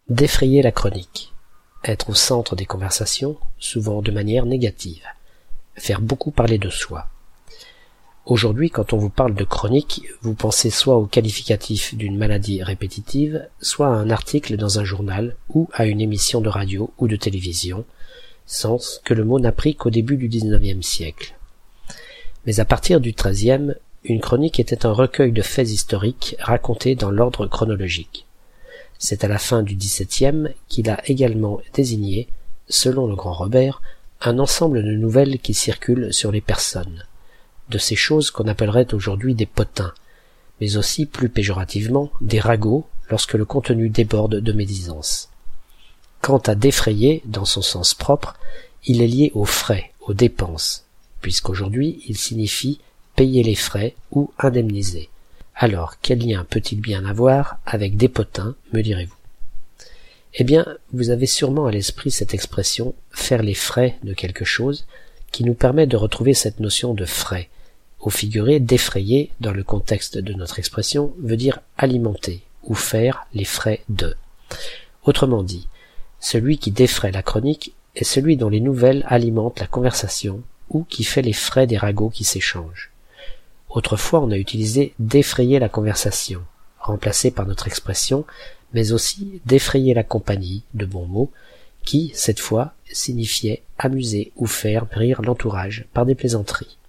Défrayer la chronique. Être au centre des conversations, souvent de manière négative. Faire beaucoup parler de soi. Aujourd'hui, quand on vous parle de chronique, vous pensez soit au qualificatif d'une maladie répétitive, soit à un article dans un journal ou à une émission de radio ou de télévision, sens que le mot n'a pris qu'au début du XIXe siècle. Mais à partir du XIIIe, une chronique était un recueil de faits historiques racontés dans l'ordre chronologique. C'est à la fin du XVIIe qu'il a également désigné, selon le grand Robert, un ensemble de nouvelles qui circulent sur les personnes, de ces choses qu'on appellerait aujourd'hui des potins, mais aussi plus péjorativement des ragots lorsque le contenu déborde de médisance. Quant à défrayer, dans son sens propre, il est lié aux frais, aux dépenses, puisqu'aujourd'hui il signifie payer les frais ou indemniser. Alors, quel lien peut-il bien avoir avec des potins, me direz-vous? Eh bien, vous avez sûrement à l'esprit cette expression « faire les frais de quelque chose » qui nous permet de retrouver cette notion de frais. Au figuré, défrayer, dans le contexte de notre expression, veut dire alimenter ou faire les frais de. Autrement dit, celui qui défraie la chronique est celui dont les nouvelles alimentent la conversation ou qui fait les frais des ragots qui s'échangent. Autrefois, on a utilisé défrayer la conversation, remplacé par notre expression, mais aussi défrayer la compagnie, de bons mots, qui, cette fois, signifiait amuser ou faire rire l'entourage par des plaisanteries.